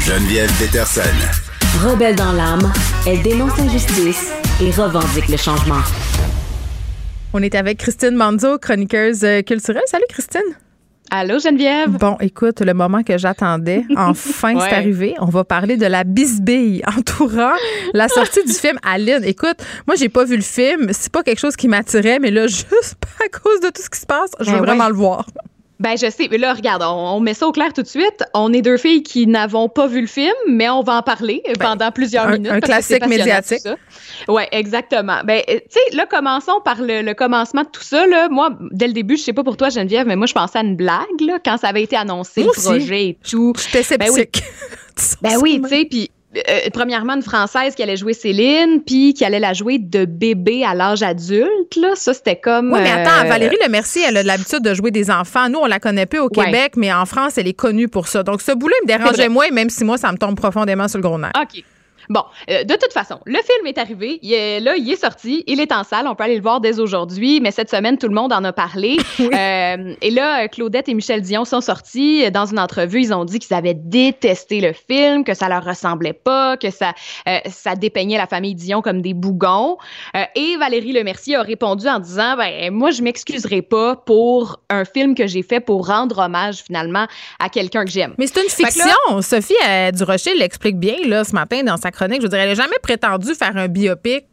Geneviève Peterson. Rebelle dans l'âme, elle dénonce l'injustice et revendique le changement. On est avec Christine Manzo, chroniqueuse culturelle. Salut Christine. Allô Geneviève. Bon, écoute, le moment que j'attendais, enfin c'est arrivé. On va parler de la bisbille entourant la sortie du film Aline. Écoute, moi j'ai pas vu le film, c'est pas quelque chose qui m'attirait, mais là, juste à cause de tout ce qui se passe, je veux vraiment le voir. Ben je sais, mais là regarde, on met ça au clair tout de suite. On est deux filles qui n'avons pas vu le film, mais on va en parler pendant plusieurs minutes. Un classique médiatique. Ouais, exactement. Ben tu sais, là commençons par le commencement de tout ça là. Moi, dès le début, je sais pas pour toi Geneviève, mais moi je pensais à une blague là quand ça avait été annoncé moi le projet et tout. J'étais sceptique. Ben oui, tu sais, puis premièrement, une Française qui allait jouer Céline, puis qui allait la jouer de bébé à l'âge adulte, là. Ça, c'était comme... Oui, mais attends, Valérie Lemercier, elle a l'habitude de jouer des enfants. Nous, on la connaît peu au Québec, mais en France, elle est connue pour ça. Donc, ce bout-là, il me dérangeait moins, même si moi, ça me tombe profondément sur le gros nerf. OK. Bon, de toute façon, le film est arrivé. Il est sorti. Il est en salle. On peut aller le voir dès aujourd'hui. Mais cette semaine, tout le monde en a parlé. Oui. Et là, Claudette et Michel Dion sont sortis. Dans une entrevue, ils ont dit qu'ils avaient détesté le film, que ça leur ressemblait pas, que ça dépeignait la famille Dion comme des bougons. Et Valérie Lemercier a répondu en disant, moi, je m'excuserai pas pour un film que j'ai fait pour rendre hommage, finalement, à quelqu'un que j'aime. Mais c'est une fiction. Là, Sophie Durocher l'explique bien, là, ce matin, dans sa chronique. Je veux dire, elle n'a jamais prétendu faire un biopic.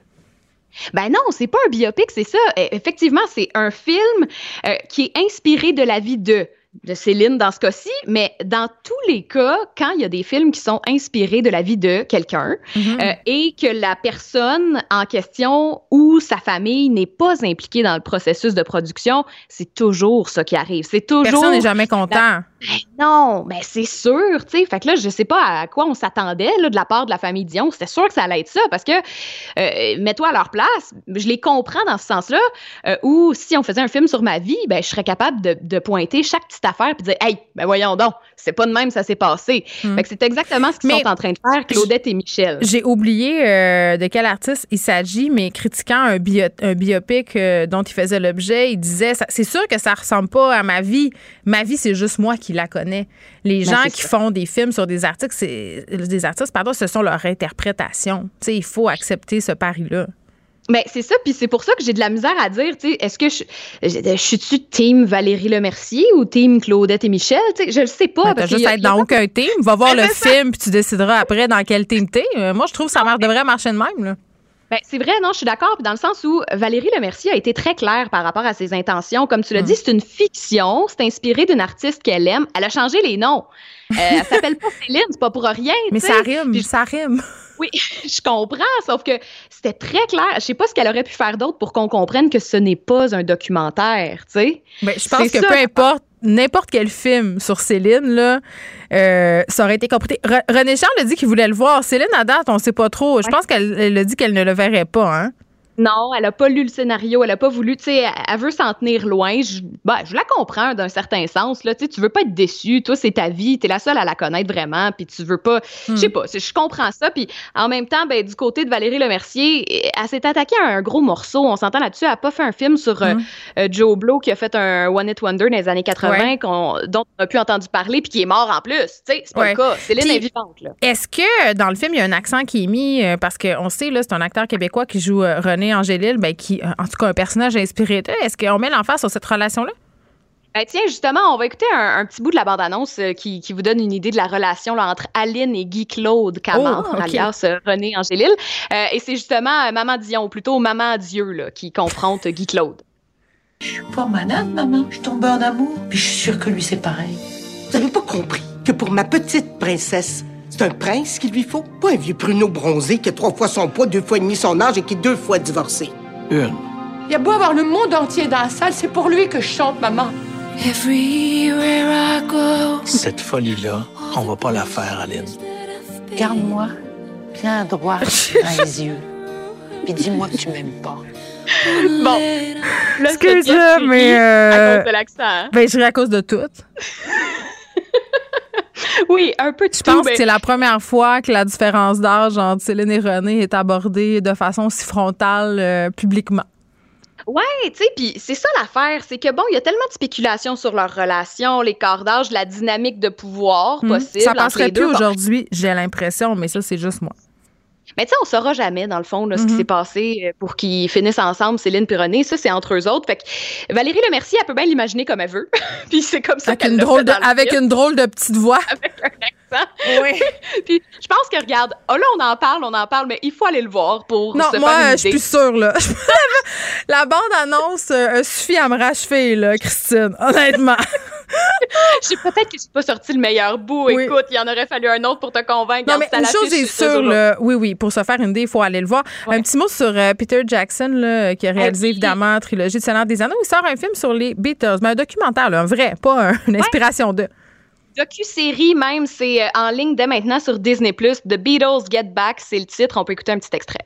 Ben non, c'est pas un biopic, c'est ça. Effectivement, c'est un film qui est inspiré de la vie de Céline dans ce cas-ci, mais dans tous les cas, quand il y a des films qui sont inspirés de la vie de quelqu'un et que la personne en question ou sa famille n'est pas impliquée dans le processus de production, c'est toujours ça qui arrive. C'est toujours... Personne n'est jamais content. Non, mais c'est sûr, tu sais. Fait que là, je sais pas à quoi on s'attendait là, de la part de la famille Dion. C'était sûr que ça allait être ça parce que, mets-toi à leur place, je les comprends dans ce sens-là, où si on faisait un film sur ma vie, ben je serais capable de pointer chaque petite affaire puis de dire « Hey, ben voyons donc, c'est pas de même ça s'est passé. » Fait que c'est exactement ce qu'ils sont en train de faire, Claudette et Michel. J'ai oublié de quel artiste il s'agit, mais critiquant un biopic dont il faisait l'objet, il disait « C'est sûr que ça ressemble pas à ma vie. Ma vie, c'est juste moi qui la connais. Les gens qui font des films sur des artistes, ce sont leur interprétation. Tu sais, il faut accepter ce pari-là. » Ben, c'est ça, puis c'est pour ça que j'ai de la misère à dire, tu sais, est-ce que je suis-tu team Valérie Lemercier ou team Claudette et Michel? Tu sais, je le sais pas. T'as juste à être dans aucun team. Va voir le film, puis tu décideras après dans quel team t'es. Moi, je trouve que ça devrait marcher de même, là. Ben, c'est vrai, non, je suis d'accord. Puis dans le sens où Valérie Lemercier a été très claire par rapport à ses intentions. Comme tu l'as dit, c'est une fiction. C'est inspiré d'une artiste qu'elle aime. Elle a changé les noms. Elle s'appelle pas Céline, c'est pas pour rien. Mais ça rime, ça rime. Oui, je comprends, sauf que c'était très clair. Je sais pas ce qu'elle aurait pu faire d'autre pour qu'on comprenne que ce n'est pas un documentaire, tu sais. Ben, je pense que peu importe, n'importe quel film sur Céline, là, ça aurait été compris. René Charles a dit qu'il voulait le voir. Céline, à date, on sait pas trop. Je pense qu'elle a dit qu'elle ne le verrait pas, hein. Non, elle a pas lu le scénario, elle a pas voulu, tu sais, elle veut s'en tenir loin. Je la comprends d'un certain sens, là, tu sais, tu veux pas être déçue, toi, c'est ta vie, t'es la seule à la connaître vraiment, puis tu veux pas, je sais pas, je comprends ça, puis en même temps, ben, du côté de Valérie Lemercier, elle s'est attaquée à un gros morceau, on s'entend là-dessus, elle a pas fait un film sur Joe Blow qui a fait un One Hit Wonder dans les années 80, dont on a pu entendre parler, puis qui est mort en plus, tu sais, c'est pas le cas, Céline est vivante, là. Est-ce que, dans le film, il y a un accent qui est mis, parce qu'on sait, là, c'est un acteur québécois qui joue René Angélil, ben, qui, en tout cas, un personnage inspiré d'eux. Est-ce qu'on met l'emphase sur cette relation-là? Tiens, justement, on va écouter un petit bout de la bande-annonce qui vous donne une idée de la relation là, entre Aline et Guy-Claude Camard, alias René Angélil. Et c'est justement Maman Dion, ou plutôt Maman Dieu, là, qui confronte Guy-Claude. Je suis pas malade, maman. Je suis tombée en amour. Puis je suis sûre que lui, c'est pareil. Vous avez pas compris que pour ma petite princesse, c'est un prince qu'il lui faut, pas un vieux pruneau bronzé qui a 3 fois son poids, 2 fois et demi son âge et qui est 2 fois divorcé. Il y a beau avoir le monde entier dans la salle, c'est pour lui que je chante, maman. Cette folie-là, on va pas la faire, Aline. Garde-moi bien droit dans les yeux. Puis dis-moi que tu m'aimes pas. Bon. Excuse-moi, mais... À cause de l'accent. Hein? Ben, je ris à cause de tout. Oui, un peu de tout. Je pense que c'est la première fois que la différence d'âge entre Céline et René est abordée de façon si frontale publiquement. Ouais, tu sais, puis c'est ça l'affaire, c'est que bon, il y a tellement de spéculations sur leur relation, l'écart d'âge, la dynamique de pouvoir possible. Ça entre passerait les plus deux. aujourd'hui, j'ai l'impression, mais ça, c'est juste moi. Mais tu sais, on saura jamais, dans le fond, là, ce qui s'est passé pour qu'ils finissent ensemble, Céline puis René. Ça, c'est entre eux autres. Fait que Valérie Lemercier, elle peut bien l'imaginer comme elle veut. Puis c'est comme ça qu'elle Avec une drôle de petite voix. Avec un accent. Oui. Puis je pense que, regarde, là, on en parle, mais il faut aller le voir pour se faire une idée. Non, moi, je suis plus sûre, là. La bande-annonce suffit à me rachever, là, Christine, honnêtement. Peut-être que j'ai pas sorti le meilleur bout. Oui. Écoute, il en aurait fallu un autre pour te convaincre. Non, mais une chose est sûre, là, oui, pour se faire une idée, il faut aller le voir. Ouais. Un petit mot sur Peter Jackson, là, qui a réalisé évidemment Trilogie du Seigneur des Anneaux. Il sort un film sur les Beatles, mais un documentaire, là, un vrai, pas une inspiration de. Docu-série même, c'est en ligne dès maintenant sur Disney+. The Beatles Get Back, c'est le titre. On peut écouter un petit extrait.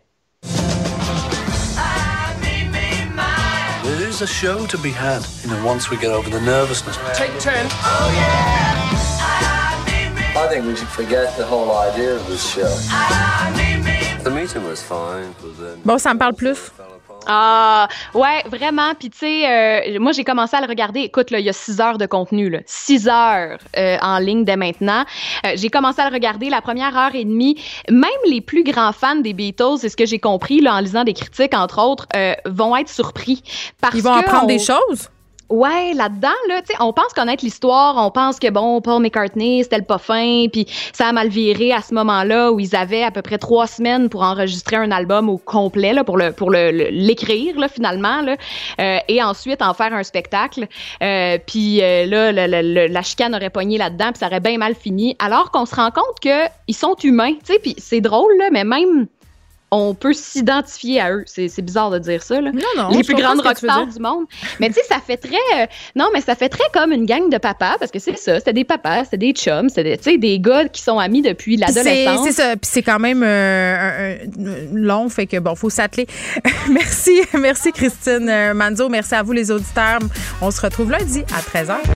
There is a show to be had, once we get over the nervousness. Take 10. Oh, yeah. I think we should forget the whole idea of this show. The meeting was fine, but then... Bon, ça me parle plus. Ah, ouais, vraiment. Puis, tu sais, moi, j'ai commencé à le regarder. Écoute, là, il y a 6 heures de contenu, là. 6 heures en ligne dès maintenant. J'ai commencé à le regarder la première heure et demie. Même les plus grands fans des Beatles, c'est ce que j'ai compris, là, en lisant des critiques, entre autres, vont être surpris. Parce Ils vont apprendre des choses? Ouais, là-dedans, là, tu sais, on pense connaître l'histoire, on pense que, bon, Paul McCartney, c'était le pas fin, puis ça a mal viré à ce moment-là où ils avaient à peu près 3 semaines pour enregistrer un album au complet, là, pour l'écrire, là, finalement, là, et ensuite en faire un spectacle. Puis là, la chicane aurait pogné là-dedans, puis ça aurait bien mal fini, alors qu'on se rend compte que ils sont humains, tu sais, puis c'est drôle, là, mais même... on peut s'identifier à eux. C'est bizarre de dire ça, là. Non, les plus grandes rockstars du monde. Mais tu sais, ça fait très... ça fait très comme une gang de papas, parce que c'est ça, c'était des papas, c'était des chums, c'était des gars qui sont amis depuis l'adolescence. C'est ça, puis c'est quand même long, fait que bon, faut s'atteler. Merci Christine Manzo, merci à vous les auditeurs. On se retrouve lundi à 13h.